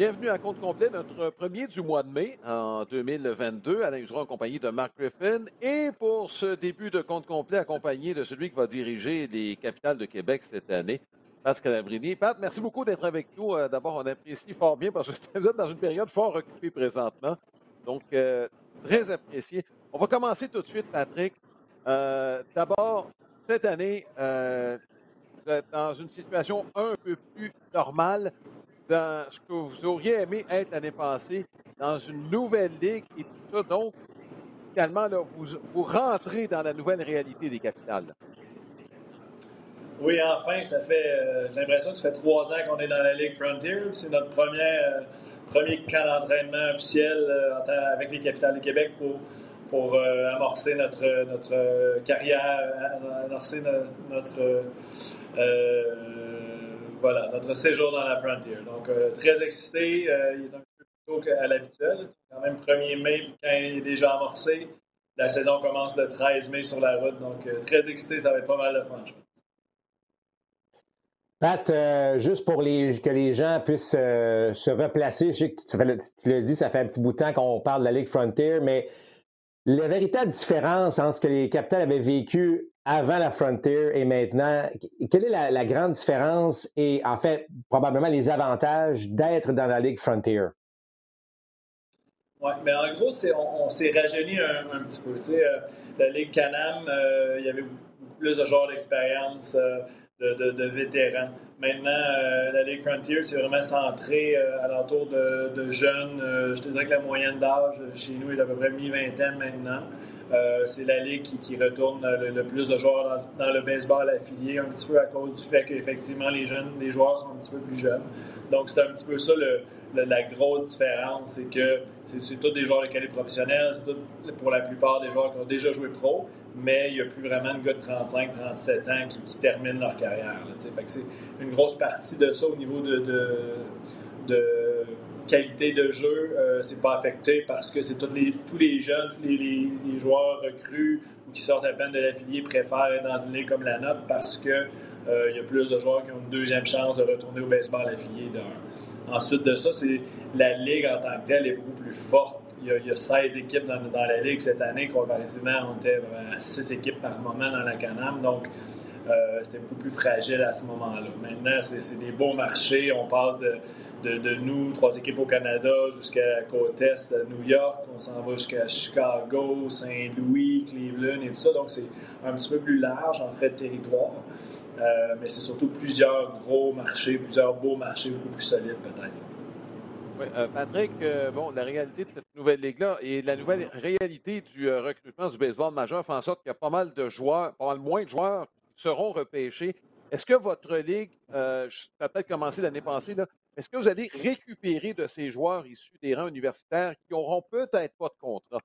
Bienvenue à Compte complet, notre premier du mois de mai en 2022. Alain Husereau en compagnie de Mark Griffin. Et pour ce début de Compte complet, accompagné de celui qui va diriger les capitales de Québec cette année, Pat Scalabrini. Pat, merci beaucoup d'être avec nous. D'abord, on apprécie fort bien parce que vous êtes dans une période fort occupée présentement. Donc, très apprécié. On va commencer tout de suite, Patrick. D'abord, cette année, vous êtes dans une situation un peu plus normale dans ce que vous auriez aimé être l'année passée, dans une nouvelle ligue et tout ça. Donc, finalement, là, vous rentrez dans la nouvelle réalité des capitales. Là. Oui, enfin, j'ai l'impression que ça fait 3 ans qu'on est dans la Ligue Frontier. C'est notre premier camp d'entraînement officiel avec les Capitales du Québec pour amorcer notre carrière, amorcer euh, notre séjour dans la Frontier. Donc, très excité. Il est un peu plus tôt qu'à l'habituel. C'est quand même 1er mai, puis quand il est déjà amorcé, la saison commence le 13 mai sur la route. Donc, très excité, ça va être pas mal de fun, je pense. Pat, juste pour que les gens puissent se replacer, je sais que tu l'as dit, ça fait un petit bout de temps qu'on parle de la Ligue Frontier, mais la véritable différence entre ce que les Capitals avaient vécu avant la Frontier et maintenant, quelle est la grande différence et en fait, probablement les avantages d'être dans la Ligue Frontier? Oui, mais en gros, on s'est rajeuni un petit peu. La Ligue Canam, il y avait beaucoup plus de joueurs d'expérience, de vétérans. Maintenant, la Ligue Frontier, c'est vraiment centré alentour de jeunes. Je te dirais que la moyenne d'âge chez nous est d'à peu près mi-vingtaine maintenant. C'est la Ligue qui retourne le plus de joueurs dans le baseball affilié, un petit peu à cause du fait qu'effectivement, les joueurs sont un petit peu plus jeunes. Donc, c'est un petit peu ça la grosse différence, c'est que c'est tous des joueurs de qualité professionnelle, c'est tout, pour la plupart des joueurs qui ont déjà joué pro, mais il n'y a plus vraiment de gars de 35-37 ans qui terminent leur carrière. Là, fait que c'est une grosse partie de ça au niveau de qualité de jeu, c'est pas affecté parce que c'est tous les jeunes, tous les joueurs recrues ou qui sortent à peine de l'affilié préfèrent être dans une ligue comme la nôtre parce que il y a plus de joueurs qui ont une deuxième chance de retourner au baseball affilié d'un. Ensuite de ça, c'est la ligue en tant que telle est beaucoup plus forte. Il y a 16 équipes dans la ligue cette année, comparativement, on était à 6 équipes par moment dans la Can-Am. Donc, c'était beaucoup plus fragile à ce moment-là. Maintenant, c'est des beaux marchés. On passe de nous, 3 équipes au Canada, jusqu'à la côte Est, à New York. On s'en va jusqu'à Chicago, Saint-Louis, Cleveland et tout ça. Donc, c'est un petit peu plus large en frais de territoire. Mais c'est surtout plusieurs gros marchés, plusieurs beaux marchés beaucoup plus solides peut-être. Oui, Patrick, bon, la réalité de cette nouvelle ligue-là et la nouvelle réalité du recrutement du baseball majeur fait en sorte qu'il y a pas mal de joueurs, pas mal moins de joueurs qui seront repêchés. Est-ce que votre ligue, ça a peut-être commencé l'année passée, là, est-ce que vous allez récupérer de ces joueurs issus des rangs universitaires qui n'auront peut-être pas de contrat?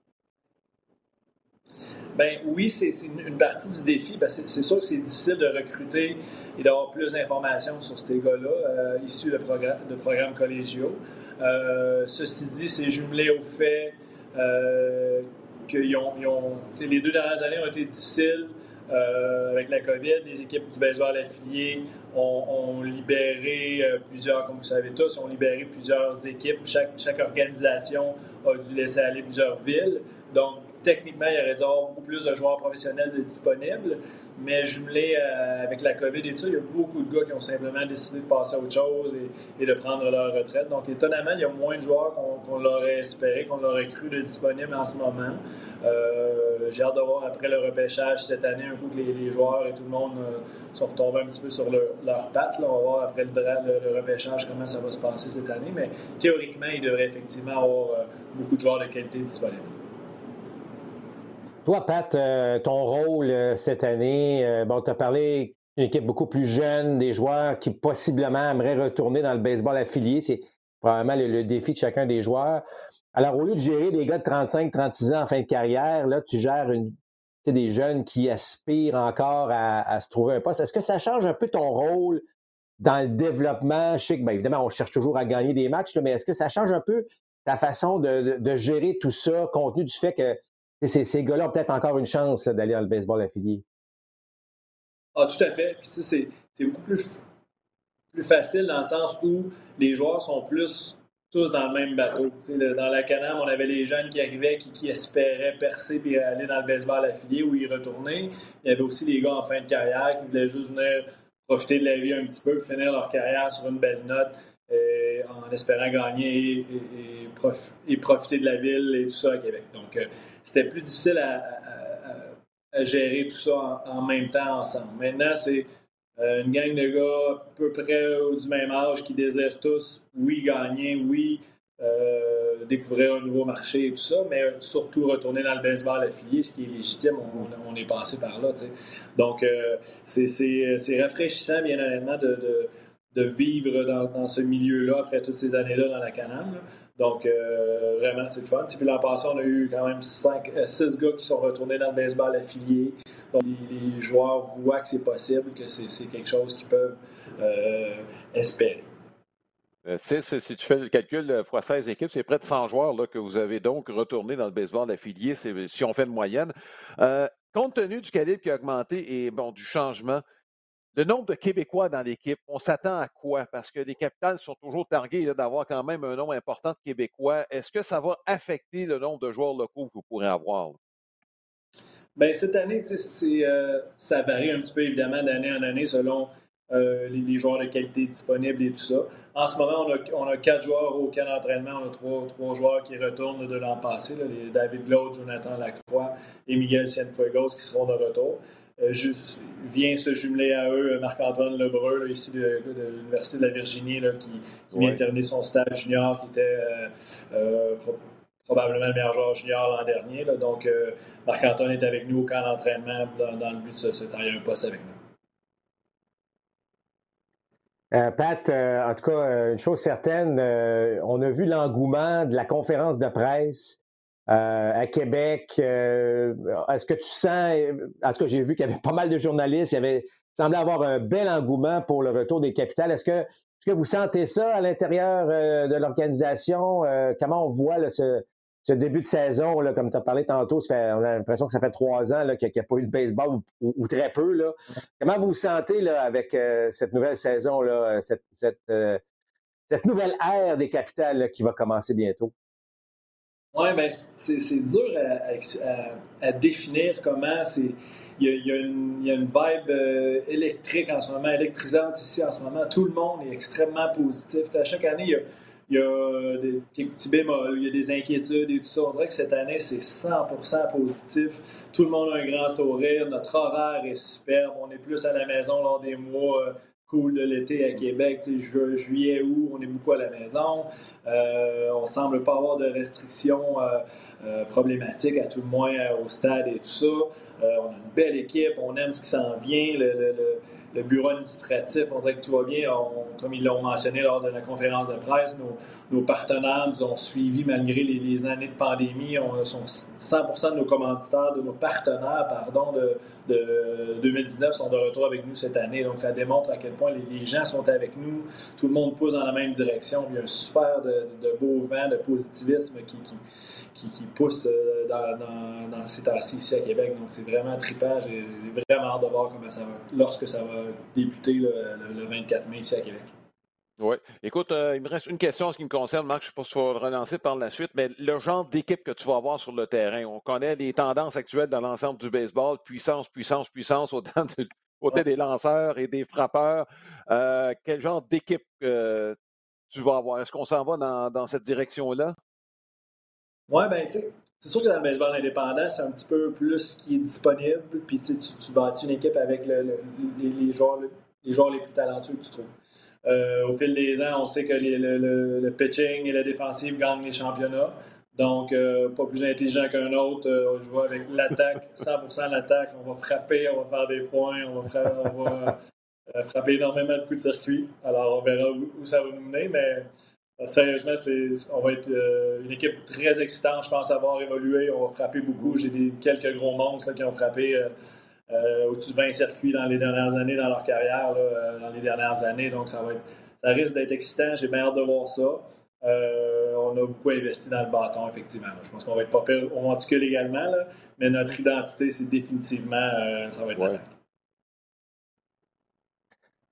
Ben oui, c'est une partie du défi. C'est sûr que c'est difficile de recruter et d'avoir plus d'informations sur ces gars-là issus de programmes collégiaux. Ceci dit, c'est jumelé au fait que les 2 dernières années ont été difficiles avec la COVID. Les équipes du baseball affiliées ont libéré plusieurs, comme vous savez tous, ont libéré plusieurs équipes. Chaque organisation a dû laisser aller plusieurs villes. Donc, techniquement, il y aurait dû avoir beaucoup plus de joueurs professionnels disponibles, mais jumelé avec la COVID et tout ça, il y a beaucoup de gars qui ont simplement décidé de passer à autre chose et de prendre leur retraite. Donc, étonnamment, il y a moins de joueurs qu'on l'aurait espéré, qu'on l'aurait cru de disponibles en ce moment. J'ai hâte de voir après le repêchage cette année, un coup que les joueurs et tout le monde sont retombés un petit peu sur leurs pattes. Là. On va voir après le repêchage comment ça va se passer cette année, mais théoriquement, il devrait effectivement avoir beaucoup de joueurs de qualité disponibles. Toi, Pat, ton rôle cette année, bon, tu as parlé d'une équipe beaucoup plus jeune, des joueurs qui possiblement aimeraient retourner dans le baseball affilié. C'est probablement le défi de chacun des joueurs. Alors, au lieu de gérer des gars de 35-36 ans en fin de carrière, là, tu gères des jeunes qui aspirent encore à se trouver un poste. Est-ce que ça change un peu ton rôle dans le développement? Je sais que, bien évidemment, on cherche toujours à gagner des matchs, là, mais est-ce que ça change un peu ta façon de gérer tout ça, compte tenu du fait que ces gars-là ont peut-être encore une chance là, d'aller dans le baseball affilié? Ah, tout à fait. Puis, tu sais, c'est beaucoup plus facile dans le sens où les joueurs sont plus tous dans le même bateau. Dans la Can-Am, on avait les jeunes qui arrivaient, qui espéraient percer puis aller dans le baseball affilié ou y retourner. Il y avait aussi les gars en fin de carrière qui voulaient juste venir profiter de la vie un petit peu, finir leur carrière sur une belle note en espérant gagner et profiter de la ville et tout ça à Québec. Donc, c'était plus difficile à gérer tout ça en même temps ensemble. Maintenant, c'est une gang de gars à peu près du même âge qui désirent tous, oui, gagner, oui, découvrir un nouveau marché et tout ça, mais surtout retourner dans le baseball affilié, ce qui est légitime. On est passé par là. T'sais. Donc, c'est rafraîchissant, bien honnêtement, de vivre dans ce milieu-là après toutes ces années-là dans la Can-Am. Là. Donc, vraiment, c'est le fun. Puis l'an passé, on a eu quand même 6 gars qui sont retournés dans le baseball affilié. Donc, les joueurs voient que c'est possible, que c'est quelque chose qu'ils peuvent espérer. Si tu fais le calcul fois 16 équipes, c'est près de 100 joueurs là, que vous avez donc retourné dans le baseball affilié, si on fait une moyenne. Compte tenu du calibre qui a augmenté et du changement, le nombre de Québécois dans l'équipe, on s'attend à quoi? Parce que les capitales sont toujours targuées d'avoir quand même un nombre important de Québécois. Est-ce que ça va affecter le nombre de joueurs locaux que vous pourrez avoir? Bien, cette année, ça varie un petit peu, évidemment, d'année en année selon les joueurs de qualité disponibles et tout ça. En ce moment, on a 4 joueurs au camp d'entraînement. On a trois joueurs qui retournent de l'an passé, là, les David Glaude, Jonathan Lacroix et Miguel Cienfuegos qui seront de retour. Vient se jumeler à eux Marc-Antoine Lebreu, là, ici de l'Université de la Virginie, là, qui vient terminer son stage junior, qui était probablement le meilleur joueur junior l'an dernier. Là. Donc, Marc-Antoine est avec nous au camp d'entraînement dans le but de se tailler un poste avec nous. Pat, en tout cas, une chose certaine, on a vu l'engouement de la conférence de presse à Québec. Est-ce que tu sens, en tout cas, j'ai vu qu'il y avait pas mal de journalistes, il semblait avoir un bel engouement pour le retour des capitales. Est-ce que vous sentez ça à l'intérieur de l'organisation? Comment on voit là, ce début de saison, là, comme tu as parlé tantôt, on a l'impression que ça fait 3 ans qu'il n'y a pas eu de baseball ou très peu. Là. Comment vous vous sentez là, avec cette nouvelle saison, là, cette nouvelle ère des capitales là, qui va commencer bientôt? Oui, bien, c'est dur à définir comment. Il y a une vibe électrique en ce moment, électrisante ici en ce moment. Tout le monde est extrêmement positif. À chaque année, il y a des petits bémols, il y a des inquiétudes et tout ça. On dirait que cette année, c'est 100% positif. Tout le monde a un grand sourire. Notre horaire est superbe. On est plus à la maison lors des mois cool de l'été à Québec. Juillet, août, on est beaucoup à la maison. On ne semble pas avoir de restrictions problématiques, à tout le moins au stade et tout ça. On a une belle équipe. On aime ce qui s'en vient. Le bureau administratif, on dirait que tout va bien. Comme ils l'ont mentionné lors de la conférence de presse, nos partenaires nous ont suivis malgré les années de pandémie. 100% de nos commanditaires, de nos partenaires, de 2019 sont de retour avec nous cette année. Donc, ça démontre à quel point les gens sont avec nous. Tout le monde pousse dans la même direction. Il y a un super de beau vent, de positivisme qui pousse dans ces temps-ci ici à Québec. Donc, c'est vraiment trippant. J'ai vraiment hâte de voir lorsque ça va débuter le 24 mai ici à Québec. Oui. Écoute, il me reste une question en ce qui me concerne, Marc. Je ne sais pas si tu vas le relancer par la suite, mais le genre d'équipe que tu vas avoir sur le terrain, on connaît les tendances actuelles dans l'ensemble du baseball, puissance, puissance, puissance, autant des lanceurs et des frappeurs. Quel genre d'équipe tu vas avoir? Est-ce qu'on s'en va dans cette direction-là? Oui, bien, tu sais, c'est sûr que dans le baseball indépendant, c'est un petit peu plus ce qui est disponible. Puis, tu bâtis une équipe avec les joueurs les plus talentueux que tu trouves. Au fil des ans, on sait que le pitching et la défensive gagnent les championnats. Donc, pas plus intelligent qu'un autre. On joue avec l'attaque, 100% l'attaque. On va frapper, on va faire des points, on va frapper énormément de coups de circuit. Alors, on verra où ça va nous mener, mais sérieusement, on va être une équipe très excitante. Je pense avoir évolué. On va frapper beaucoup. J'ai quelques gros monstres qui ont frappé au-dessus de 20 circuits dans les dernières années, dans leur carrière, dans les dernières années. Donc, ça risque d'être excitant. J'ai bien hâte de voir ça. On a beaucoup investi dans le bâton, effectivement. Je pense qu'on va être pas pire au monticule également, là, mais notre identité, c'est définitivement, ça va être l'attaque.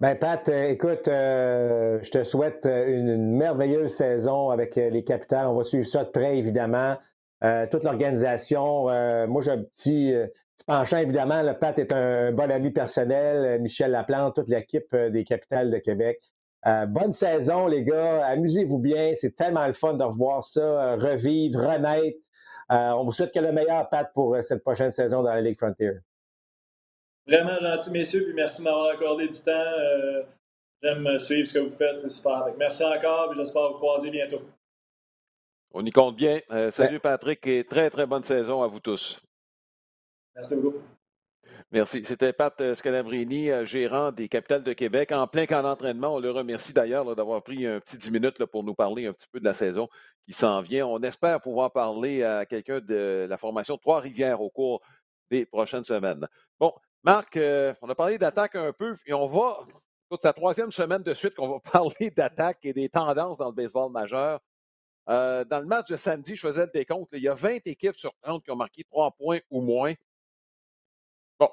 Ben, Pat, écoute, je te souhaite une merveilleuse saison avec les Capitals. On va suivre ça de près, évidemment. Toute l'organisation. Moi, j'ai un petit penchant, évidemment. Le Pat est un bon ami personnel. Michel Laplante, toute l'équipe des Capitals de Québec. Bonne saison, les gars. Amusez-vous bien. C'est tellement le fun de revoir ça, revivre, renaître. On vous souhaite que le meilleur, Pat, pour cette prochaine saison dans la Ligue Frontier. Vraiment gentil, messieurs, puis merci de m'avoir accordé du temps. J'aime suivre ce que vous faites, c'est super. Donc, merci encore, puis j'espère vous croiser bientôt. On y compte bien. Salut Ouais. Patrick et très, très bonne saison à vous tous. Merci beaucoup. Merci. C'était Pat Scalabrini, gérant des Capitales de Québec, en plein camp d'entraînement. On le remercie d'ailleurs d'avoir pris un petit 10 minutes là, pour nous parler un petit peu de la saison qui s'en vient. On espère pouvoir parler à quelqu'un de la formation Trois-Rivières au cours des prochaines semaines. Bon, Marc, on a parlé d'attaque un peu et on va, c'est la troisième semaine de suite qu'on va parler d'attaque et des tendances dans le baseball majeur. Dans le match de samedi, je faisais le décompte, il y a 20 équipes sur 30 qui ont marqué 3 points ou moins. Bon,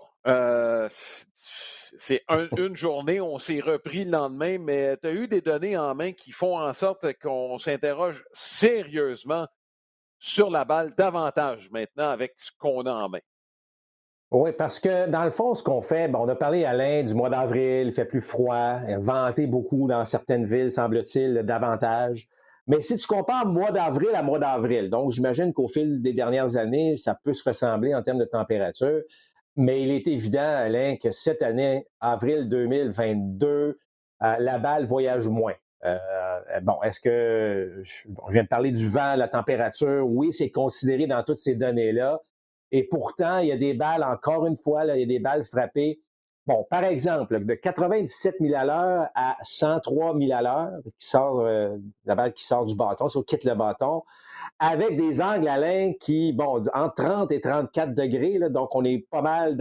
c'est une journée, on s'est repris le lendemain, mais tu as eu des données en main qui font en sorte qu'on s'interroge sérieusement sur la balle davantage maintenant avec ce qu'on a en main. Oui, parce que dans le fond, ce qu'on fait, on a parlé, Alain, du mois d'avril, il fait plus froid, il a venté beaucoup dans certaines villes, semble-t-il, davantage. Mais si tu compares mois d'avril à mois d'avril, donc j'imagine qu'au fil des dernières années, ça peut se ressembler en termes de température, mais il est évident, Alain, que cette année, avril 2022, la balle voyage moins. Est-ce que, je viens de parler du vent, la température, oui, c'est considéré dans toutes ces données-là. Et pourtant, il y a des balles, encore une fois, là, il y a des balles frappées. Bon, par exemple, de 97 000 à l'heure à 103 000 à l'heure, la balle qui sort du bâton, si on quitte le bâton, avec des angles, Alain, qui, entre 30 et 34 degrés, là, donc on est pas mal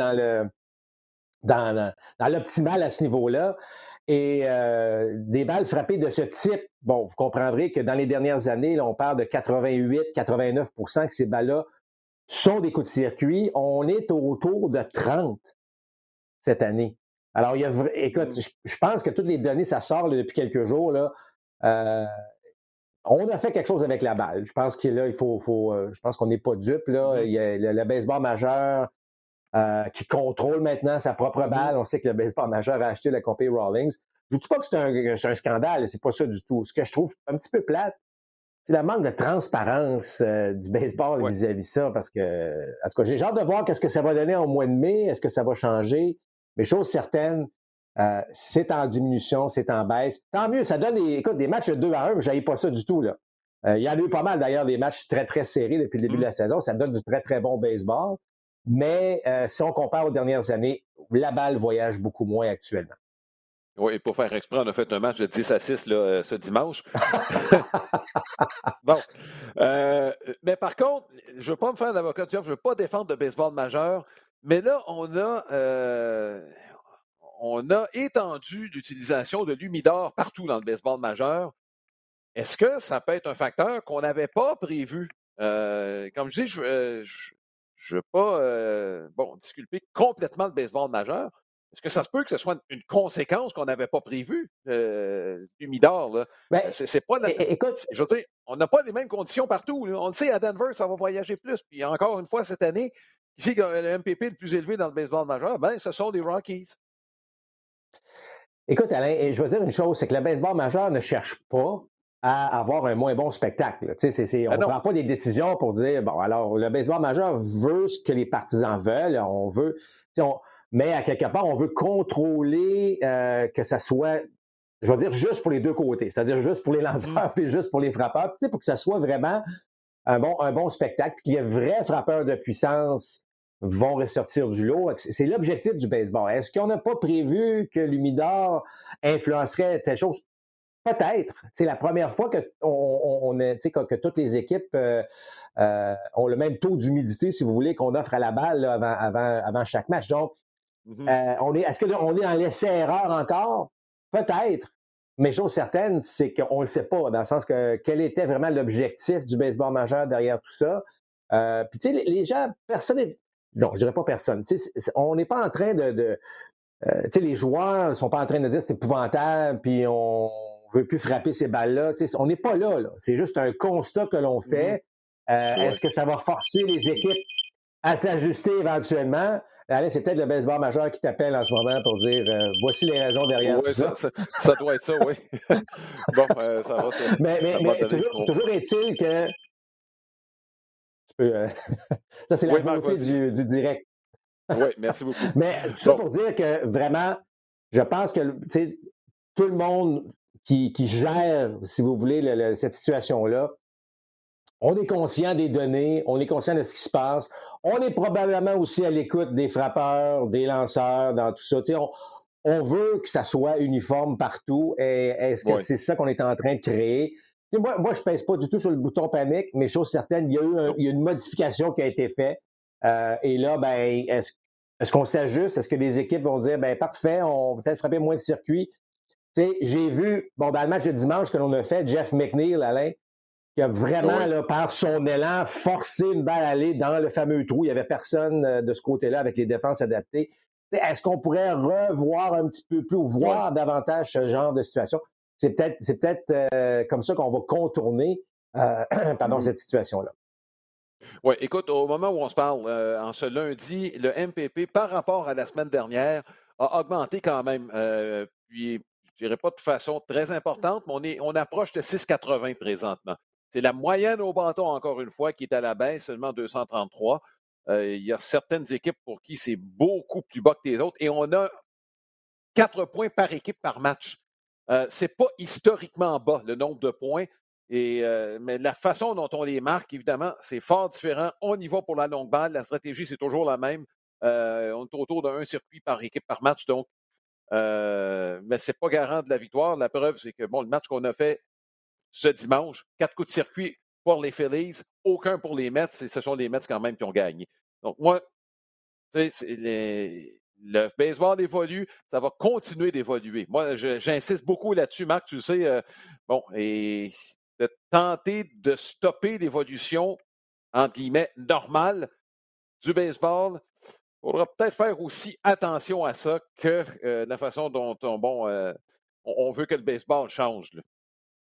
dans l'optimal à ce niveau-là. Et des balles frappées de ce type, vous comprendrez que dans les dernières années, là, on parle de 88-89% que ces balles-là sont des coups de circuit. On est autour de 30 cette année. Alors, écoute, je pense que toutes les données, ça sort là, depuis quelques jours. Là, on a fait quelque chose avec la balle. Je pense qu'il je pense qu'on n'est pas dupe. Là. Il y a le baseball majeur qui contrôle maintenant sa propre balle. On sait que le baseball majeur a acheté la compagnie Rawlings. Je ne dis pas que c'est un scandale, c'est pas ça du tout. Ce que je trouve un petit peu plate, c'est le manque de transparence du baseball vis-à-vis ça, parce que, en tout cas, j'ai hâte de voir qu'est-ce que ça va donner au mois de mai, est-ce que ça va changer, mais chose certaine, c'est en diminution, c'est en baisse. Tant mieux, ça donne des matchs de 2-1, mais je n'aille pas ça du tout, là. Il y en a eu pas mal, d'ailleurs, des matchs très, très serrés depuis le début de la saison. Ça donne du très, très bon baseball. Mais si on compare aux dernières années, la balle voyage beaucoup moins actuellement. Oui, pour faire exprès, on a fait un match de 10-6 là, ce dimanche. Bon. Mais par contre, je ne veux pas me faire l'avocat du diable, je ne veux pas défendre le baseball majeur, mais là, on a étendu l'utilisation de l'humidor partout dans le baseball majeur. Est-ce que ça peut être un facteur qu'on n'avait pas prévu? Comme je dis, je ne veux pas disculper complètement le baseball majeur. Est-ce que ça se peut que ce soit une conséquence qu'on n'avait pas prévue, l'humidor? Là? C'est pas écoute, je veux dire, on n'a pas les mêmes conditions partout. Là. On le sait, à Denver, ça va voyager plus. Puis encore une fois, cette année, ici, le MPP le plus élevé dans le baseball majeur, ce sont les Rockies. Écoute, Alain, je veux dire une chose, c'est que le baseball majeur ne cherche pas à avoir un moins bon spectacle. On ne prend pas des décisions pour dire, alors le baseball majeur veut ce que les partisans veulent, mais à quelque part, on veut contrôler que ça soit, je veux dire, juste pour les deux côtés, c'est-à-dire juste pour les lanceurs et juste pour les frappeurs, pour que ça soit vraiment un bon spectacle, puis qu'il y ait vrais frappeurs de puissance vont ressortir du lot. C'est l'objectif du baseball. Est-ce qu'on n'a pas prévu que l'humidor influencerait telle chose? Peut-être. C'est la première fois que toutes les équipes ont le même taux d'humidité, si vous voulez, qu'on offre à la balle là, avant chaque match. Donc, est-ce qu'on est en laisser-erreur encore? Peut-être. Mais chose certaine, c'est qu'on ne le sait pas, dans le sens que quel était vraiment l'objectif du baseball majeur derrière tout ça. Puis, tu sais, les gens, personne n'est. Non, je dirais pas personne. On n'est pas en train de les joueurs ne sont pas en train de dire c'est épouvantable, puis on ne veut plus frapper ces balles-là. On n'est pas là, là. C'est juste un constat que l'on fait. Est-ce que ça va forcer les équipes à s'ajuster éventuellement? Alain, c'est peut-être le baseball majeur qui t'appelle en ce moment pour dire voici les raisons derrière tout Oui, ça. ça doit être ça, oui. Bon, ça va, ça. Mais toujours est-il que. Ça, c'est la Oui, Marc, beauté vas-y. du direct. Oui, merci beaucoup. Mais tout ça pour dire que vraiment, je pense que tout le monde qui gère, si vous voulez, cette situation-là, on est conscient des données, on est conscient de ce qui se passe. On est probablement aussi à l'écoute des frappeurs, des lanceurs, dans tout ça. On veut que ça soit uniforme partout. Et est-ce que c'est ça qu'on est en train de créer? Moi, je ne pèse pas du tout sur le bouton panique, mais chose certaine, il y a une modification qui a été faite. Et là, ben, est-ce qu'on s'ajuste? Est-ce que les équipes vont dire, ben parfait, on va peut-être frapper moins de circuits? J'ai vu, dans le match de dimanche que l'on a fait, Jeff McNeil, Alain, qui a vraiment, là, par son élan, forcé une balle à aller dans le fameux trou. Il n'y avait personne de ce côté-là avec les défenses adaptées. Est-ce qu'on pourrait revoir un petit peu plus ou voir davantage ce genre de situation? C'est peut-être comme ça qu'on va contourner cette situation-là. Oui, écoute, au moment où on se parle, en ce lundi, le MPP, par rapport à la semaine dernière, a augmenté quand même. Puis, je dirais pas de façon très importante, mais on approche de 6,80 présentement. C'est la moyenne au bâton, encore une fois, qui est à la baisse, seulement 233. Il y a certaines équipes pour qui c'est beaucoup plus bas que les autres. Et on a 4 points par équipe par match. C'est pas historiquement bas, le nombre de points. Mais la façon dont on les marque, évidemment, c'est fort différent. On y va pour la longue balle. La stratégie, c'est toujours la même. On est autour d'un circuit par équipe par match. Donc, mais ce n'est pas garant de la victoire. La preuve, c'est que le match qu'on a fait ce dimanche, 4 coups de circuit pour les Phillies, aucun pour les Mets. Et ce sont les Mets quand même qui ont gagné. Donc, moi, le baseball évolue, ça va continuer d'évoluer. Moi, j'insiste beaucoup là-dessus, Marc, tu le sais. Et de tenter de stopper l'évolution, entre guillemets, normale du baseball, il faudra peut-être faire aussi attention à ça que la façon dont on veut que le baseball change. Là.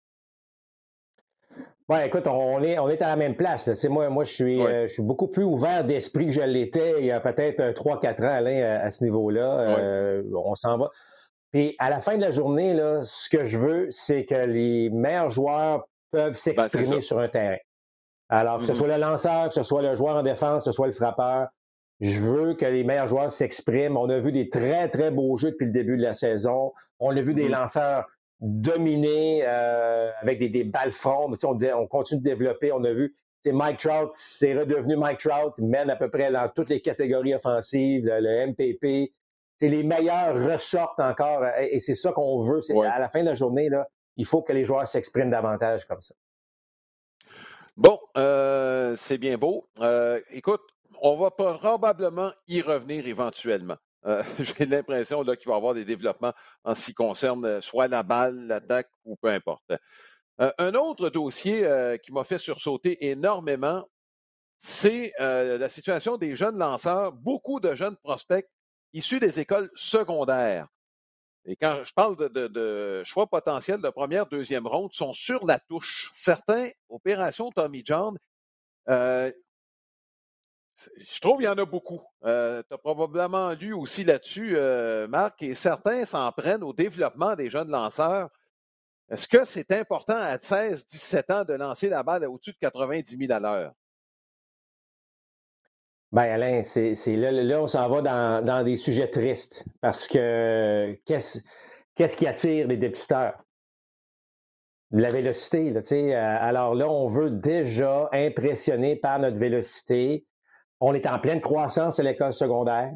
Oui, écoute, on est à la même place. Moi, je suis beaucoup plus ouvert d'esprit que je l'étais il y a peut-être 3-4 ans, Alain, à ce niveau-là. On s'en va. Puis à la fin de la journée, là, ce que je veux, c'est que les meilleurs joueurs peuvent s'exprimer sur un terrain. Alors, que ce soit le lanceur, que ce soit le joueur en défense, que ce soit le frappeur, je veux que les meilleurs joueurs s'expriment. On a vu des très, très beaux jeux depuis le début de la saison. On a vu des lanceurs dominés avec des balles frondes. On continue de développer. On a vu Mike Trout, c'est redevenu Mike Trout. Il mène à peu près dans toutes les catégories offensives, le MPP. Les meilleurs ressortent encore. Et c'est ça qu'on veut. À la fin de la journée, là, il faut que les joueurs s'expriment davantage comme ça. Bon, c'est bien beau. Écoute, on va probablement y revenir éventuellement. J'ai l'impression qu'il va y avoir des développements en ce qui concerne soit la balle, l'attaque ou peu importe. Un autre dossier qui m'a fait sursauter énormément, c'est la situation des jeunes lanceurs, beaucoup de jeunes prospects issus des écoles secondaires. Et quand je parle de choix potentiels de première, deuxième ronde, sont sur la touche. Certains, opération Tommy John, je trouve qu'il y en a beaucoup. Tu as probablement lu aussi là-dessus, Marc, et certains s'en prennent au développement des jeunes lanceurs. Est-ce que c'est important à 16-17 ans de lancer la balle à au-dessus de 90 000 à l'heure? Ben Alain, là, on s'en va dans des sujets tristes parce que qu'est-ce qui attire les dépisteurs? La vélocité, là. Alors là, on veut déjà impressionner par notre vélocité. On est en pleine croissance à l'école secondaire.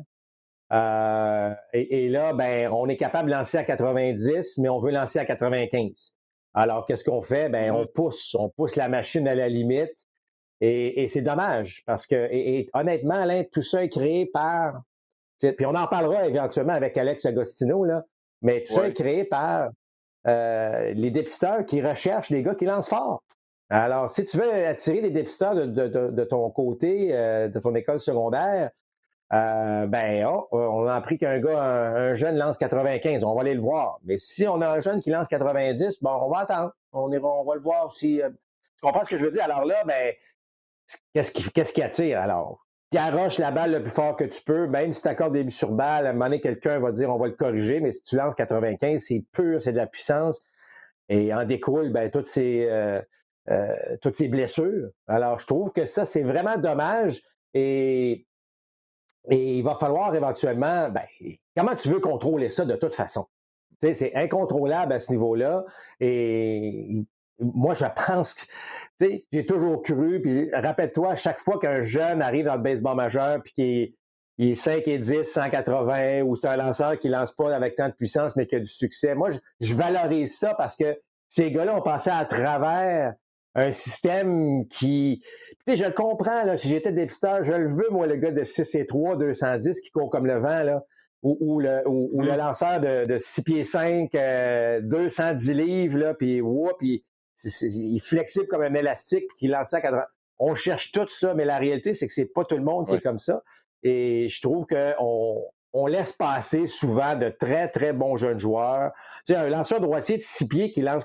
Et là, ben, on est capable de lancer à 90, mais on veut lancer à 95. Alors, qu'est-ce qu'on fait? Ben, on pousse la machine à la limite. Et c'est dommage parce que, et honnêtement, Alain, tout ça est créé par. Puis on en parlera éventuellement avec Alex Agostino, là, mais tout ça est créé par les dépisteurs qui recherchent des gars qui lancent fort. Alors, si tu veux attirer des dépisteurs de ton côté, de ton école secondaire, On a appris qu'un gars, un jeune lance 95, on va aller le voir. Mais si on a un jeune qui lance 90, bon, on va attendre. On va le voir si. Tu comprends ce que je veux dire? Alors là, qu'est-ce qui attire? Alors, garoche la balle le plus fort que tu peux, même si tu accordes des buts sur balle, à un moment donné, quelqu'un va dire on va le corriger, mais si tu lances 95, c'est pur, c'est de la puissance. Et en découle toutes ces blessures. Alors, je trouve que ça, c'est vraiment dommage. Et il va falloir éventuellement, comment tu veux contrôler ça de toute façon? Tu sais, c'est incontrôlable à ce niveau-là. Et moi, je pense que, tu sais, j'ai toujours cru, puis rappelle-toi, à chaque fois qu'un jeune arrive dans le baseball majeur, puis qu'il est 5 et 10, 180, ou c'est un lanceur qui lance pas avec tant de puissance, mais qui a du succès, moi, je valorise ça parce que ces gars-là ont passé à travers un système qui... Tu sais, je le comprends, là, si j'étais dépisteur, je le veux, moi, le gars de 6 et 3, 210, qui court comme le vent, là, ou le lanceur de 6 pieds 5, 210 livres, là, puis il est flexible comme un élastique, puis qui lance ça à 80. On cherche tout ça, mais la réalité, c'est que c'est pas tout le monde qui est comme ça. Et je trouve qu'on laisse passer souvent de très, très bons jeunes joueurs. Tu sais, un lanceur droitier de 6 pieds qui lance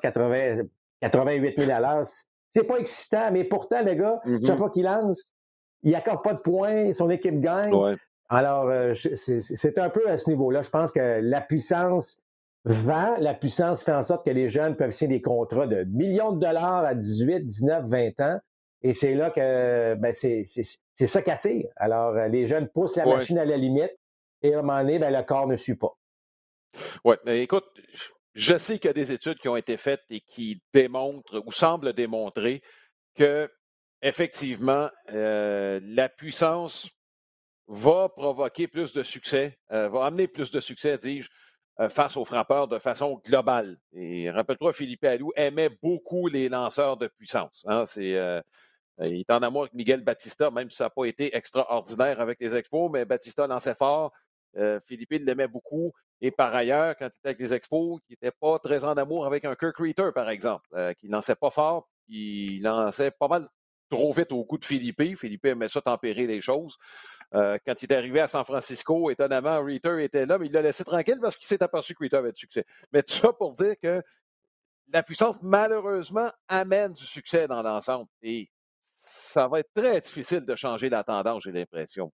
88 000 à l'heure, c'est pas excitant, mais pourtant, le gars, chaque fois qu'il lance, il accorde pas de points, son équipe gagne. Ouais. Alors, c'est un peu à ce niveau-là. Je pense que la puissance vend, la puissance fait en sorte que les jeunes peuvent signer des contrats de millions de dollars à 18, 19, 20 ans. Et c'est là que c'est ça qui attire. Alors, les jeunes poussent la machine à la limite et à un moment donné, le corps ne suit pas. Oui, mais écoute, je sais qu'il y a des études qui ont été faites et qui démontrent ou semblent démontrer que, effectivement, la puissance va provoquer plus de succès, va amener plus de succès, dis-je, face aux frappeurs de façon globale. Et rappelle-toi, Philippe Alou aimait beaucoup les lanceurs de puissance. Hein? Il est en amour avec Miguel Batista, même si ça n'a pas été extraordinaire avec les Expos, mais Batista lançait fort. Philippe l'aimait beaucoup. Et par ailleurs, quand il était avec les Expos, il n'était pas très en amour avec un Kirk Reiter, par exemple, qui ne lançait pas fort, il lançait pas mal trop vite au goût de Philippe. Philippe aimait ça tempérer les choses. Quand il est arrivé à San Francisco, étonnamment, Reiter était là, mais il l'a laissé tranquille parce qu'il s'est aperçu que Reiter avait du succès. Mais tout ça pour dire que la puissance, malheureusement, amène du succès dans l'ensemble. Et ça va être très difficile de changer la tendance, j'ai l'impression.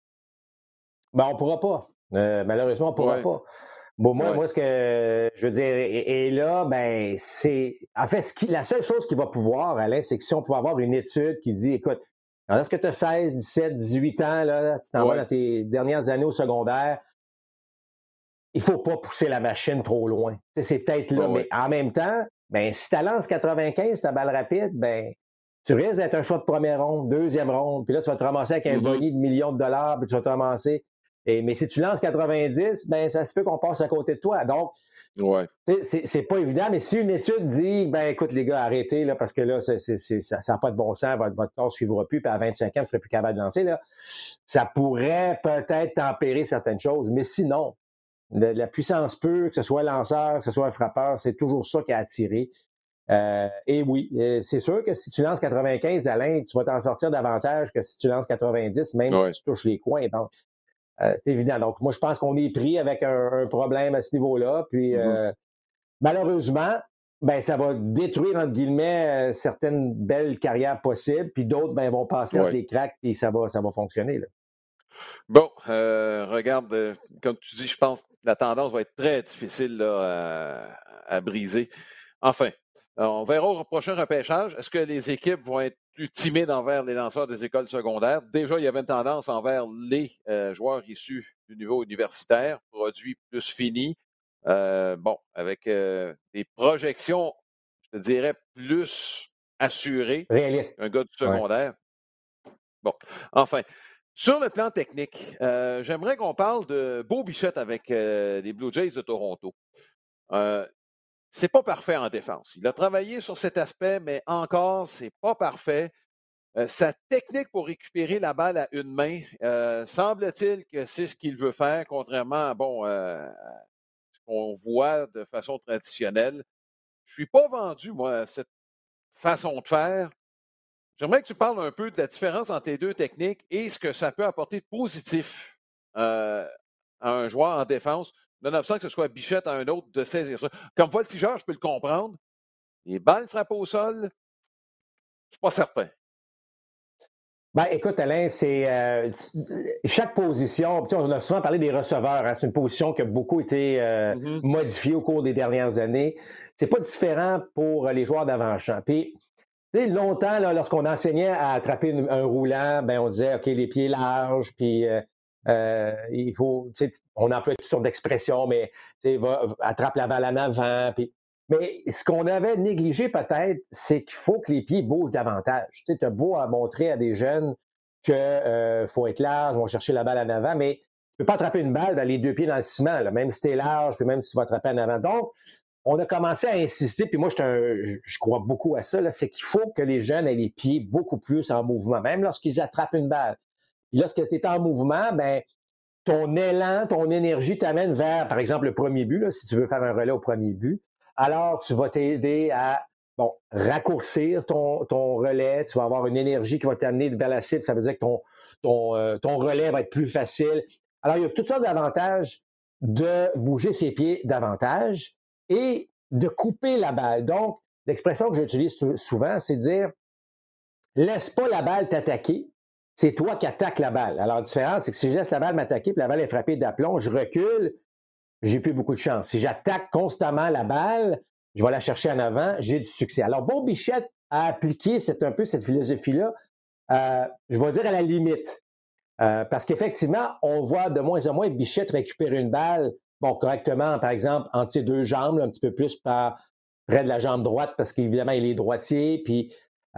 On ne pourra pas. Malheureusement, on ne pourra pas. Bon, moi, ce que je veux dire, et là, c'est. En fait, la seule chose qu'il va pouvoir, Alain, c'est que si on pouvait avoir une étude qui dit, écoute, lorsque tu as 16, 17, 18 ans, là, tu t'en vas dans tes dernières années au secondaire, il ne faut pas pousser la machine trop loin. C'est peut-être là, mais en même temps, si tu lances 95, ta balle rapide, tu risques d'être un choix de première ronde, deuxième ronde, puis là, tu vas te ramasser avec un boni de millions de dollars, puis tu vas te ramasser. Mais si tu lances 90, ça se peut qu'on passe à côté de toi. Donc, c'est pas évident, mais si une étude dit, écoute, les gars, arrêtez, là, parce que là, ça n'a pas de bon sens, votre corps ne suivra plus, puis à 25 ans, vous ne serez plus capable de lancer, là, ça pourrait peut-être tempérer certaines choses. Mais sinon, la puissance pure, que ce soit lanceur, que ce soit un frappeur, c'est toujours ça qui a attiré. Et oui, c'est sûr que si tu lances 95, Alain, tu vas t'en sortir davantage que si tu lances 90, même si tu touches les coins. Donc, c'est évident. Donc, moi, je pense qu'on est pris avec un problème à ce niveau-là. Puis, malheureusement, ça va détruire, entre guillemets, certaines belles carrières possibles. Puis d'autres, vont passer entre les cracks et ça va fonctionner, là. Bon, regarde, comme tu dis, je pense que la tendance va être très difficile là, à briser. Enfin, on verra au prochain repêchage. Est-ce que les équipes vont être plus timides envers les lanceurs des écoles secondaires? Déjà, il y avait une tendance envers les joueurs issus du niveau universitaire, produits plus finis. Avec des projections, je te dirais, plus assurées réaliste qu'un gars du secondaire. Bon, enfin. Sur le plan technique, j'aimerais qu'on parle de Bo Bichette avec les Blue Jays de Toronto. C'est pas parfait en défense. Il a travaillé sur cet aspect, mais encore, c'est pas parfait. Sa technique pour récupérer la balle à une main, semble-t-il que c'est ce qu'il veut faire, contrairement à ce qu'on voit de façon traditionnelle. Je suis pas vendu, moi, à cette façon de faire. J'aimerais que tu parles un peu de la différence entre les deux techniques et ce que ça peut apporter de positif à un joueur en défense, nonobstant que ce soit Bichette à un autre de saisir ça. Comme voltigeur, je peux le comprendre. Les balles frappées au sol, je suis pas certain. Ben, écoute, Alain, c'est chaque position. On a souvent parlé des receveurs. Hein, c'est une position qui a beaucoup été modifiée au cours des dernières années. C'est pas différent pour les joueurs d'avant-champ. Puis, tu sais, longtemps, là, lorsqu'on enseignait à attraper un roulant, ben, on disait, OK, les pieds larges, puis il faut, tu sais, on emploie toutes sortes d'expressions, mais tu sais, attrape la balle en avant. Puis, mais ce qu'on avait négligé peut-être, c'est qu'il faut que les pieds bougent davantage. Tu sais, as beau à montrer à des jeunes que faut être large, vont chercher la balle en avant, mais tu peux pas attraper une balle dans les deux pieds dans le ciment, là, même si tu es large, puis même si tu vas attraper en avant. Donc, on a commencé à insister, puis moi, je crois beaucoup à ça, c'est qu'il faut que les jeunes aient les pieds beaucoup plus en mouvement, même lorsqu'ils attrapent une balle. Puis lorsque tu es en mouvement, ben, ton élan, ton énergie t'amène vers, par exemple, le premier but, là, si tu veux faire un relais au premier but. Alors, tu vas t'aider à raccourcir ton relais, tu vas avoir une énergie qui va t'amener vers la cible, ça veut dire que ton relais va être plus facile. Alors, il y a toutes sortes d'avantages de bouger ses pieds davantage et de couper la balle. Donc, l'expression que j'utilise souvent, c'est de dire laisse pas la balle t'attaquer, c'est toi qui attaques la balle. Alors, la différence, c'est que si je laisse la balle m'attaquer puis la balle est frappée d'aplomb, je recule, j'ai plus beaucoup de chance. Si j'attaque constamment la balle, je vais la chercher en avant, j'ai du succès. Alors, Bob Bichette a appliqué un peu cette philosophie-là, je vais dire à la limite. Parce qu'effectivement, on voit de moins en moins Bichette récupérer une balle, correctement, par exemple, entre ses deux jambes, là, un petit peu plus près de la jambe droite, parce qu'évidemment, il est droitier. Puis,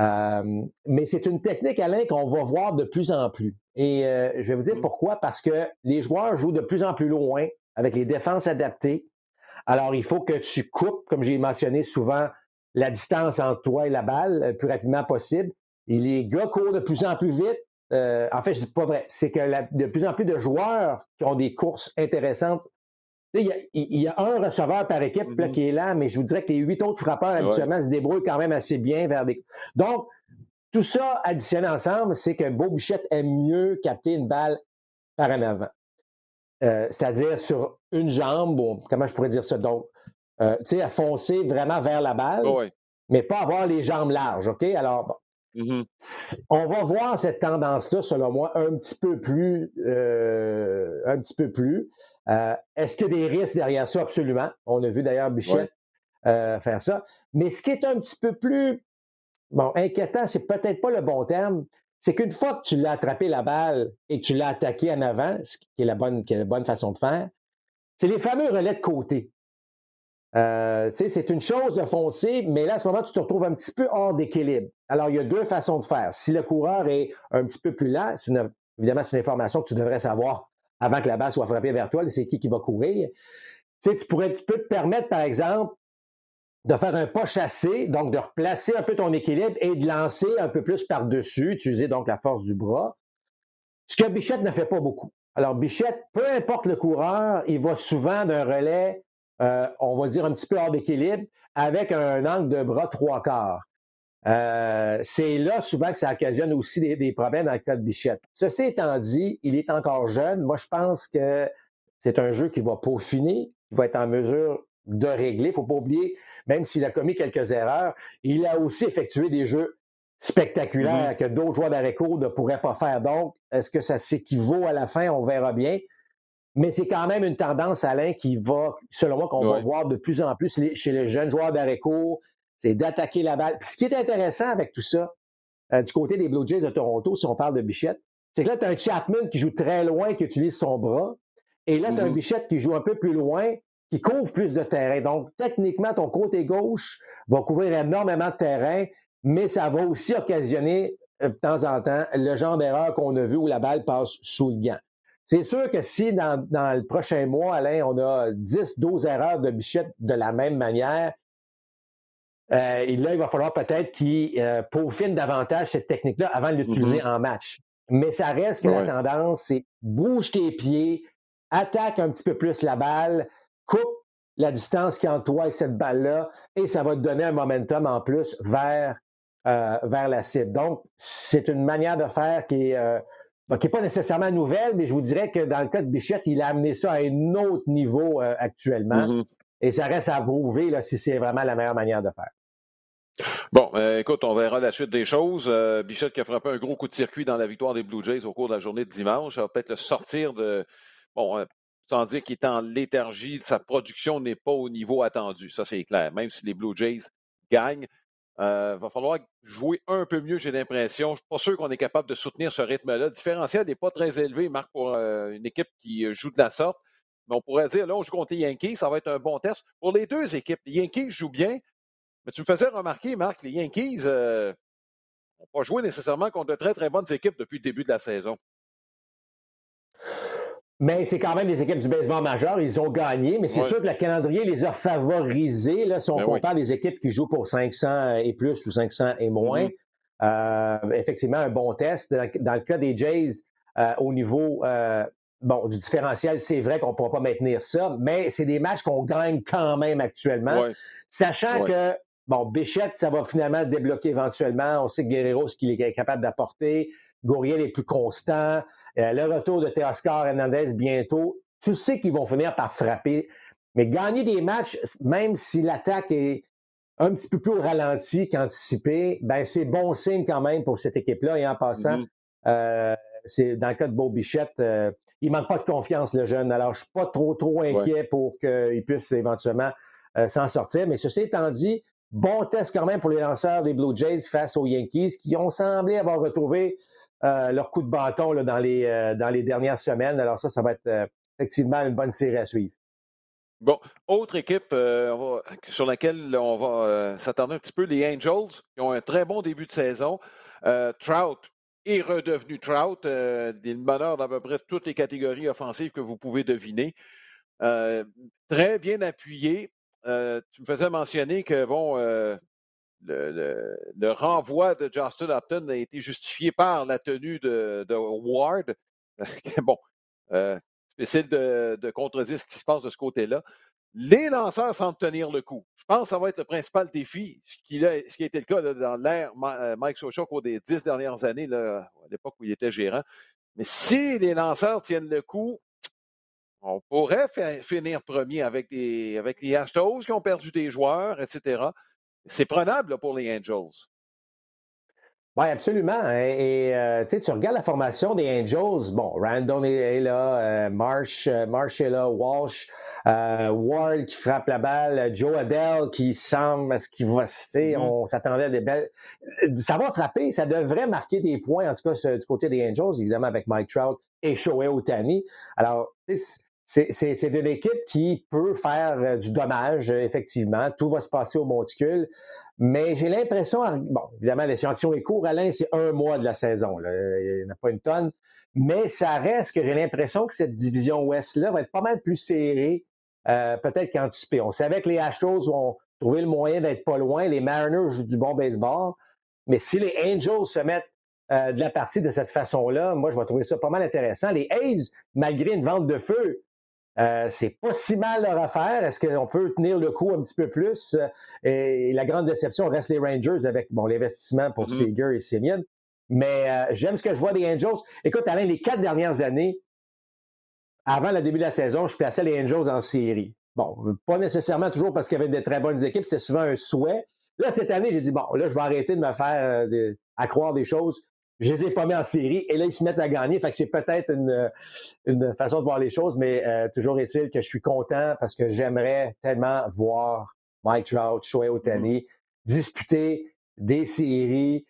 mais c'est une technique, Alain, qu'on va voir de plus en plus. Et je vais vous dire pourquoi. Parce que les joueurs jouent de plus en plus loin avec les défenses adaptées. Alors, il faut que tu coupes, comme j'ai mentionné souvent, la distance entre toi et la balle le plus rapidement possible. Et les gars courent de plus en plus vite. En fait, c'est pas vrai. C'est que de plus en plus de joueurs qui ont des courses intéressantes. Tu sais, il y a un receveur par équipe là, qui est là, mais je vous dirais que les 8 autres frappeurs habituellement se débrouillent quand même assez bien vers des. Donc, tout ça additionné ensemble, c'est que Beau Bichette aime mieux capter une balle par en avant. C'est-à-dire sur une jambe, ou comment je pourrais dire ça? Donc, tu sais, à foncer vraiment vers la balle, mais pas avoir les jambes larges, OK? Alors, on va voir cette tendance-là, selon moi, un petit peu plus. Est-ce qu'il y a des risques derrière ça? Absolument. On a vu d'ailleurs Bichette faire ça. Mais ce qui est un petit peu plus inquiétant, c'est peut-être pas le bon terme, c'est qu'une fois que tu l'as attrapé la balle et que tu l'as attaqué en avant, ce qui est la bonne façon de faire, c'est les fameux relais de côté. C'est une chose de foncer, mais là, à ce moment, tu te retrouves un petit peu hors d'équilibre. Alors, il y a deux façons de faire. Si le coureur est un petit peu plus lent, évidemment, c'est une information que tu devrais savoir avant que la balle soit frappée vers toi, c'est qui va courir. Tu peux te permettre, par exemple, de faire un pas chassé, donc de replacer un peu ton équilibre et de lancer un peu plus par-dessus, utiliser donc la force du bras. Ce que Bichette ne fait pas beaucoup. Alors, Bichette, peu importe le coureur, il va souvent d'un relais, on va dire un petit peu hors d'équilibre, avec un angle de bras 3/4. C'est là souvent que ça occasionne aussi des problèmes dans le cas de Bichette. Ceci étant dit, il est encore jeune. Moi, je pense que c'est un jeu qui va peaufiner, qui va être en mesure de régler. Il ne faut pas oublier, même s'il a commis quelques erreurs, il a aussi effectué des jeux spectaculaires que d'autres joueurs d'arrêt-court ne pourraient pas faire. Donc, est-ce que ça s'équivaut à la fin? On verra bien. Mais c'est quand même une tendance, Alain, qui va, selon moi, qu'on va voir de plus en plus chez les jeunes joueurs d'arrêt-court, c'est d'attaquer la balle. Puis ce qui est intéressant avec tout ça, du côté des Blue Jays de Toronto, si on parle de Bichette, c'est que là, tu as un Chapman qui joue très loin, qui utilise son bras. Et là, tu as un Bichette qui joue un peu plus loin, qui couvre plus de terrain. Donc, techniquement, ton côté gauche va couvrir énormément de terrain, mais ça va aussi occasionner, de temps en temps, le genre d'erreur qu'on a vu où la balle passe sous le gant. C'est sûr que si dans le prochain mois, Alain, on a 10-12 erreurs de Bichette de la même manière, et là, il va falloir peut-être qu'il peaufine davantage cette technique-là avant de l'utiliser en match. Mais ça reste que la tendance, c'est bouge tes pieds, attaque un petit peu plus la balle, coupe la distance qui est entre toi et cette balle-là, et ça va te donner un momentum en plus vers la cible. Donc, c'est une manière de faire qui est qui n'est pas nécessairement nouvelle, mais je vous dirais que dans le cas de Bichette, il a amené ça à un autre niveau actuellement. Mm-hmm. Et ça reste à prouver là, si c'est vraiment la meilleure manière de faire. Bon, écoute, on verra la suite des choses. Bichette qui a frappé un gros coup de circuit dans la victoire des Blue Jays au cours de la journée de dimanche. Ça va peut-être le sortir de... Bon, sans dire qu'il est en léthargie, sa production n'est pas au niveau attendu. Ça, c'est clair. Même si les Blue Jays gagnent, va falloir jouer un peu mieux, j'ai l'impression. Je ne suis pas sûr qu'on est capable de soutenir ce rythme-là. Le différentiel n'est pas très élevé, Marc, pour une équipe qui joue de la sorte. Mais on pourrait dire, là, on joue contre les Yankees, ça va être un bon test. Pour les deux équipes, les Yankees jouent bien, mais tu me faisais remarquer, Marc, les Yankees n'ont pas joué nécessairement contre de très, très bonnes équipes depuis le début de la saison. Mais c'est quand même des équipes du baseball majeur. Ils ont gagné, mais c'est sûr que le calendrier les a favorisés. Là, si on compare des équipes qui jouent pour 500 et plus ou 500 et moins, effectivement, un bon test. Dans le cas des Jays, au niveau du différentiel, c'est vrai qu'on ne pourra pas maintenir ça, mais c'est des matchs qu'on gagne quand même actuellement. Sachant que, Bichette, ça va finalement débloquer éventuellement. On sait que Guerrero, ce qu'il est capable d'apporter. Gurriel est plus constant. Le retour de Teoscar Hernandez bientôt. Tu sais qu'ils vont finir par frapper. Mais gagner des matchs, même si l'attaque est un petit peu plus au ralenti qu'anticipé, ben c'est bon signe quand même pour cette équipe-là. Et en passant, c'est dans le cas de Beau Bichette, il ne manque pas de confiance, le jeune. Alors, je ne suis pas trop inquiet pour qu'il puisse éventuellement s'en sortir. Mais ceci étant dit, bon test quand même pour les lanceurs des Blue Jays face aux Yankees qui ont semblé avoir retrouvé leur coup de bâton là, dans les dernières semaines. Alors ça va être effectivement une bonne série à suivre. Bon, autre équipe sur laquelle on va s'attarder un petit peu, les Angels, qui ont un très bon début de saison. Trout est redevenu Trout, il meneur d'à peu près toutes les catégories offensives que vous pouvez deviner. Très bien appuyé. Tu me faisais mentionner que, le renvoi de Justin Upton a été justifié par la tenue de Ward. Bon, difficile de contredire ce qui se passe de ce côté-là. Les lanceurs semblent tenir le coup. Je pense que ça va être le principal défi, ce qui a été le cas là, dans l'ère Mike Scioscia au cours des 10 dernières années, là, à l'époque où il était gérant. Mais si les lanceurs tiennent le coup, on pourrait finir premier avec les Astros qui ont perdu des joueurs, etc. C'est prenable là, pour les Angels. Oui, absolument. Et tu regardes la formation des Angels. Bon, Randon est là, Marsh est là, Walsh, Ward qui frappe la balle, Joe Adele qui semble, est-ce qu'il va, on s'attendait à des belles. Ça va frapper, ça devrait marquer des points, en tout cas du côté des Angels, évidemment avec Mike Trout et Shohei Ohtani. Alors, c'est une équipe qui peut faire du dommage, effectivement. Tout va se passer au monticule. Mais j'ai l'impression, évidemment, l'échantillon est court, Alain, c'est 1 mois de la saison. Là. Il n'y en a pas une tonne. Mais ça reste que j'ai l'impression que cette division Ouest-là va être pas mal plus serrée, peut-être qu'anticipée. On savait que les Astros vont trouver le moyen d'être pas loin. Les Mariners jouent du bon baseball. Mais si les Angels se mettent de la partie de cette façon-là, moi, je vais trouver ça pas mal intéressant. Les A's, malgré une vente de feu, c'est pas si mal leur affaire. Est-ce qu'on peut tenir le coup un petit peu plus? Et la grande déception reste les Rangers avec l'investissement pour Seager et Semien. Mais j'aime ce que je vois des Angels. Écoute, Alain, les 4 dernières années, avant le début de la saison, je plaçais les Angels en série. Bon, pas nécessairement toujours parce qu'il y avait de très bonnes équipes, c'était souvent un souhait. Là, cette année, j'ai dit, là, je vais arrêter de me faire à croire des choses. Je les ai pas mis en série et là, ils se mettent à gagner. Fait que c'est peut-être une façon de voir les choses, mais toujours est-il que je suis content parce que j'aimerais tellement voir Mike Trout, Shohei Ohtani disputer des séries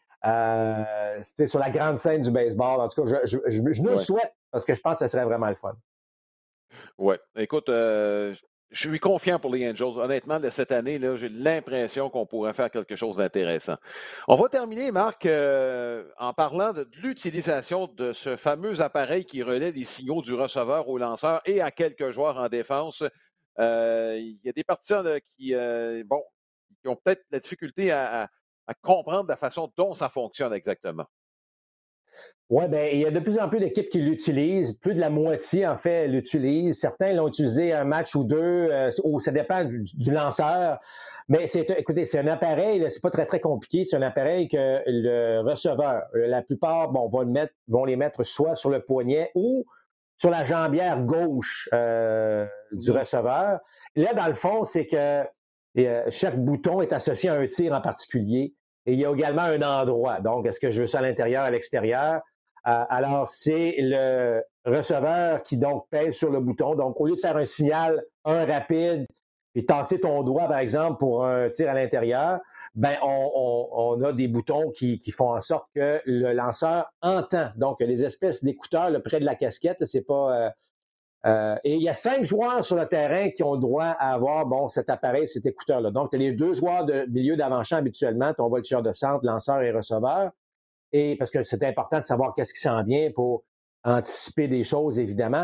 sur la grande scène du baseball. En tout cas, je nous le souhaite parce que je pense que ce serait vraiment le fun. Oui. Écoute, je suis confiant pour les Angels. Honnêtement, de cette année, là, j'ai l'impression qu'on pourrait faire quelque chose d'intéressant. On va terminer, Marc, en parlant de l'utilisation de ce fameux appareil qui relaie les signaux du receveur au lanceur et à quelques joueurs en défense. Il y a des partisans là, qui ont peut-être la difficulté à comprendre la façon dont ça fonctionne exactement. Oui, bien, il y a de plus en plus d'équipes qui l'utilisent. Plus de la moitié, en fait, l'utilisent. Certains l'ont utilisé un match ou deux, ou ça dépend du lanceur. Mais écoutez, c'est un appareil, c'est pas très, très compliqué. C'est un appareil que le receveur, la plupart, vont les mettre soit sur le poignet ou sur la jambière gauche du receveur. Là, dans le fond, c'est que chaque bouton est associé à un tir en particulier. Et il y a également un endroit. Donc, est-ce que je veux ça à l'intérieur, à l'extérieur? Alors, c'est le receveur qui donc pèse sur le bouton. Donc, au lieu de faire un signal, rapide, et tasser ton doigt, par exemple, pour un tir à l'intérieur, ben on a des boutons qui font en sorte que le lanceur entend. Donc, les espèces d'écouteurs près de la casquette, c'est pas. Et il y a 5 joueurs sur le terrain qui ont le droit à avoir cet appareil, cet écouteur-là. Donc, tu as les 2 joueurs de milieu d'avant-champ habituellement, ton voltigeur de centre, lanceur et receveur. Et parce que c'est important de savoir qu'est-ce qui s'en vient pour anticiper des choses, évidemment.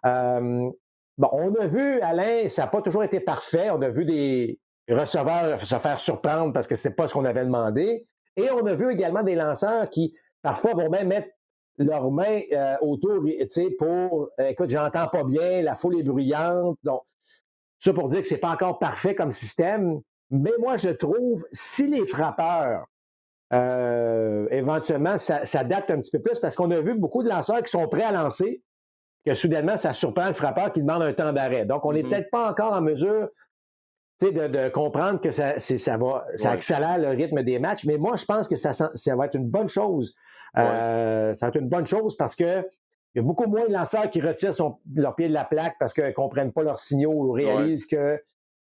On a vu, Alain, ça n'a pas toujours été parfait. On a vu des receveurs se faire surprendre parce que ce n'est pas ce qu'on avait demandé. Et on a vu également des lanceurs qui, parfois, vont même mettre leurs mains autour, pour, écoute, j'entends pas bien, la foule est bruyante. Donc, ça pour dire que c'est pas encore parfait comme système. Mais moi, je trouve, si les frappeurs éventuellement, ça date un petit peu plus parce qu'on a vu beaucoup de lanceurs qui sont prêts à lancer, que soudainement, ça surprend le frappeur qui demande un temps d'arrêt. Donc, on n'est peut-être pas encore en mesure de comprendre que ça accélère le rythme des matchs, mais moi, je pense que ça va être une bonne chose. Ça va être une bonne chose parce que il y a beaucoup moins de lanceurs qui retirent leur pied de la plaque parce qu'ils ne comprennent pas leurs signaux ou réalisent que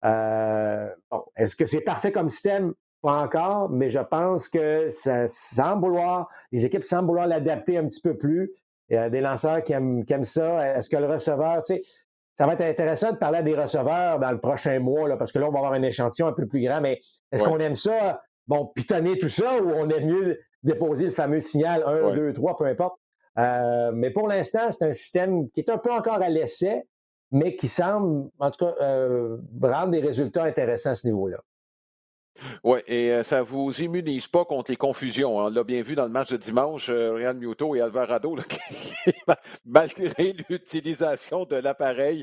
est-ce que c'est parfait comme système? Pas encore, mais je pense que les équipes semblent vouloir l'adapter un petit peu plus. Il y a des lanceurs qui aiment ça. Est-ce que le receveur, ça va être intéressant de parler à des receveurs dans le prochain mois, là, parce que là, on va avoir un échantillon un peu plus grand, mais est-ce qu'on aime ça, pitonner tout ça, ou on aime mieux déposer le fameux signal 1, 2, 3, peu importe. Mais pour l'instant, c'est un système qui est un peu encore à l'essai, mais qui semble, en tout cas, rendre des résultats intéressants à ce niveau-là. Oui, et ça ne vous immunise pas contre les confusions. On l'a bien vu dans le match de dimanche, Real Muto et Alvarado, là, malgré l'utilisation de l'appareil,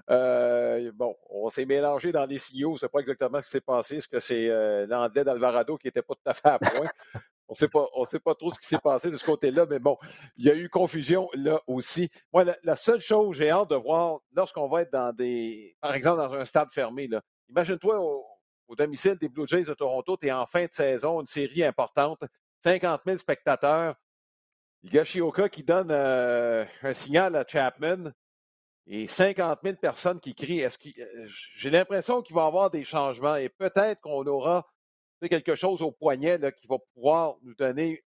on s'est mélangé dans les signaux. On ne sait pas exactement ce qui s'est passé. Est-ce que c'est l'anglais d'Alvarado qui n'était pas tout à fait à point? On ne sait pas trop ce qui s'est passé de ce côté-là, mais bon, il y a eu confusion là aussi. Moi, la seule chose, j'ai hâte de voir lorsqu'on va être par exemple, dans un stade fermé, là. Imagine-toi au domicile des Blue Jays de Toronto, tu es en fin de saison, une série importante, 50 000 spectateurs. Higashioka qui donne un signal à Chapman et 50 000 personnes qui crient. J'ai l'impression qu'il va y avoir des changements et peut-être qu'on aura quelque chose au poignet là, qui va pouvoir nous donner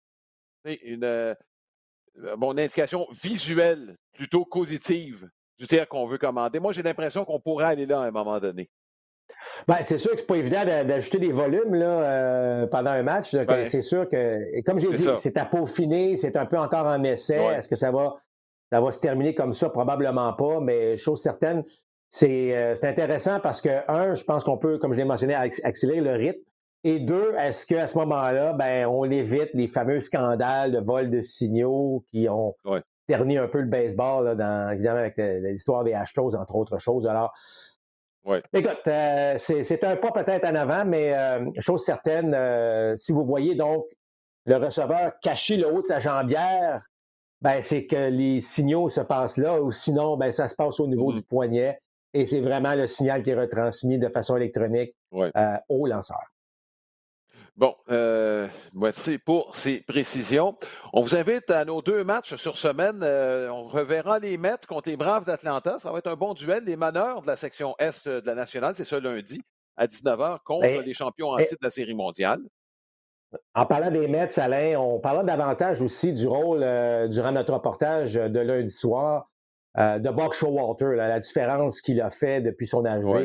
une indication visuelle plutôt positive du tir qu'on veut commander. Moi, j'ai l'impression qu'on pourrait aller là à un moment donné. Ben, c'est sûr que c'est pas évident d'ajouter des volumes là, pendant un match. Là, c'est sûr que, comme j'ai dit, c'est à peaufiner, c'est un peu encore en essai. Ouais. Est-ce que ça va se terminer comme ça? Probablement pas, mais chose certaine, c'est intéressant parce que, je pense qu'on peut, comme je l'ai mentionné, accélérer le rythme. Et 2, est-ce qu'à ce moment-là, on évite les fameux scandales de vol de signaux qui ont terni un peu le baseball, là, évidemment, avec l'histoire des Astros, entre autres choses. Alors, écoute, c'est un pas peut-être en avant, mais chose certaine, si vous voyez donc le receveur cacher le haut de sa jambière, c'est que les signaux se passent là, ou sinon, ça se passe au niveau du poignet, et c'est vraiment le signal qui est retransmis de façon électronique au lanceur. Bon, merci pour ces précisions. On vous invite à nos 2 matchs sur semaine. On reverra les Mets contre les Braves d'Atlanta. Ça va être un bon duel. Les meneurs de la section Est de la nationale, c'est ce lundi à 19h contre les champions en titre de la Série mondiale. En parlant des Mets, Alain, on parlera davantage aussi du rôle durant notre reportage de lundi soir de Buck Showalter, la différence qu'il a fait depuis son arrivée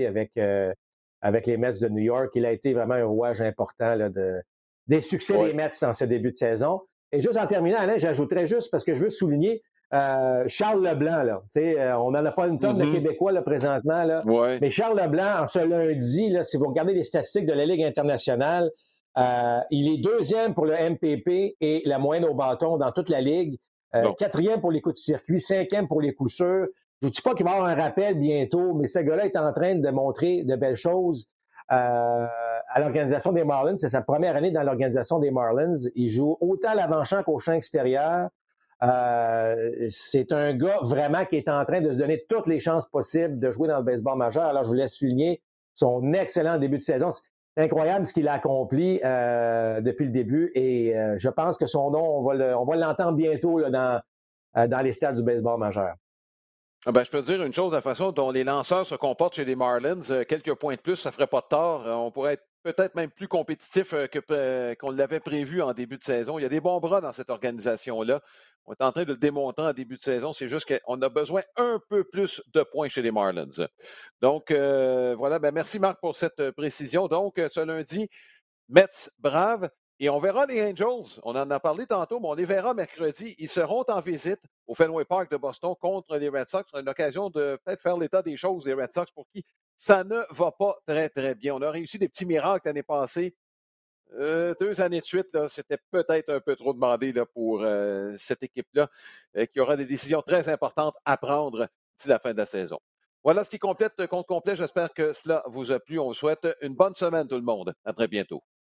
avec les Mets de New York. Il a été vraiment un rouage important là, des succès des Mets dans ce début de saison. Et juste en terminant, Alain, j'ajouterais juste, parce que je veux souligner, Charles Leblanc, là, on n'en a pas une tonne de Québécois là, présentement, là, mais Charles Leblanc, en ce lundi, là, si vous regardez les statistiques de la Ligue internationale, Il est deuxième pour le MPP et la moyenne au bâton dans toute la ligue. Quatrième pour les coups de circuit, cinquième pour les coups sûrs. Je ne dis pas qu'il va y avoir un rappel bientôt, mais ce gars-là est en train de montrer de belles choses à l'organisation des Marlins. C'est sa première année dans l'organisation des Marlins. Il joue autant à l'avant-champ qu'au champ extérieur. C'est un gars vraiment qui est en train de se donner toutes les chances possibles de jouer dans le baseball majeur. Alors, je vous laisse souligner son excellent début de saison. C'est incroyable ce qu'il a accompli depuis le début et je pense que son nom, on va l'entendre bientôt là, dans les stades du baseball majeur. Ben, je peux te dire une chose, la façon dont les lanceurs se comportent chez les Marlins, quelques points de plus, ça ne ferait pas de tort. On pourrait être peut-être même plus compétitif qu'on l'avait prévu en début de saison. Il y a des bons bras dans cette organisation-là. On est en train de le démontrer en début de saison. C'est juste qu'on a besoin un peu plus de points chez les Marlins. Donc, voilà. Ben, merci, Marc, pour cette précision. Donc, ce lundi, Mets Braves. Et on verra les Angels. On en a parlé tantôt, mais on les verra mercredi. Ils seront en visite au Fenway Park de Boston contre les Red Sox. C'est une occasion de peut-être faire l'état des choses des Red Sox pour qui ça ne va pas très, très bien. On a réussi des petits miracles l'année passée. 2 années de suite, là, c'était peut-être un peu trop demandé là, pour cette équipe-là qui aura des décisions très importantes à prendre d'ici la fin de la saison. Voilà ce qui complète le compte complet. J'espère que cela vous a plu. On vous souhaite une bonne semaine, tout le monde. À très bientôt.